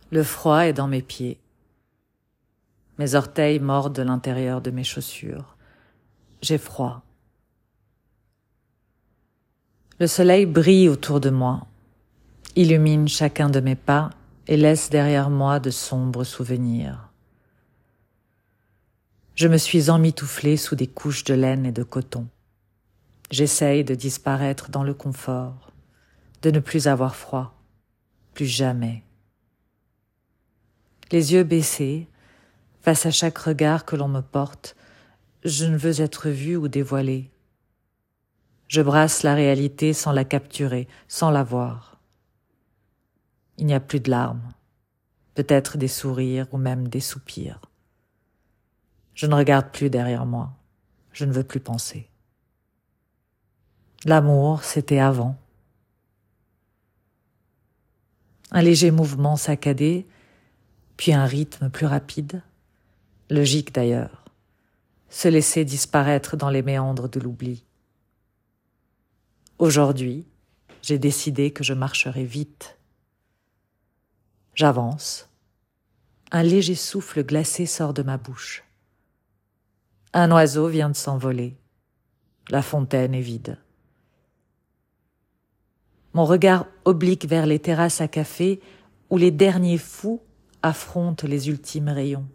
Le froid est dans mes pieds. Mes orteils mordent l'intérieur de mes chaussures. J'ai froid. Le soleil brille autour de moi, illumine chacun de mes pas et laisse derrière moi de sombres souvenirs. Je me suis emmitouflée sous des couches de laine et de coton. J'essaye de disparaître dans le confort, de ne plus avoir froid, plus jamais. Les yeux baissés, face à chaque regard que l'on me porte, je ne veux être vue ou dévoilée. Je brasse la réalité sans la capturer, sans la voir. Il n'y a plus de larmes, peut-être des sourires ou même des soupirs. Je ne regarde plus derrière moi, je ne veux plus penser. L'amour, c'était avant. Un léger mouvement saccadé, puis un rythme plus rapide, logique d'ailleurs, se laisser disparaître dans les méandres de l'oubli. Aujourd'hui, j'ai décidé que je marcherai vite. J'avance. Un léger souffle glacé sort de ma bouche. Un oiseau vient de s'envoler. La fontaine est vide. Mon regard oblique vers les terrasses à café où les derniers fous affrontent les ultimes rayons.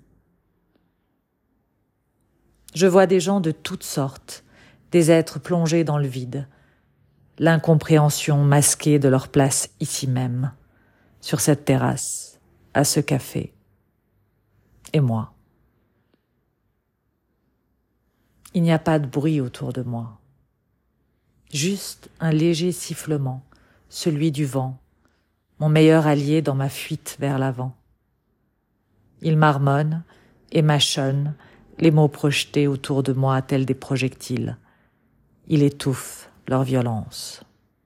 Je vois des gens de toutes sortes, des êtres plongés dans le vide, l'incompréhension masquée de leur place ici même, sur cette terrasse, à ce café. Et moi. Il n'y a pas de bruit autour de moi. Juste un léger sifflement, celui du vent, mon meilleur allié dans ma fuite vers l'avant. Il marmonne et mâchonne, les mots projetés autour de moi tels des projectiles. Il étouffe leur violence.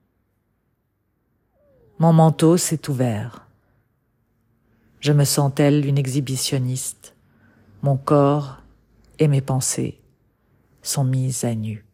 Mon manteau s'est ouvert. Je me sens telle une exhibitionniste. Mon corps et mes pensées sont mis à nu.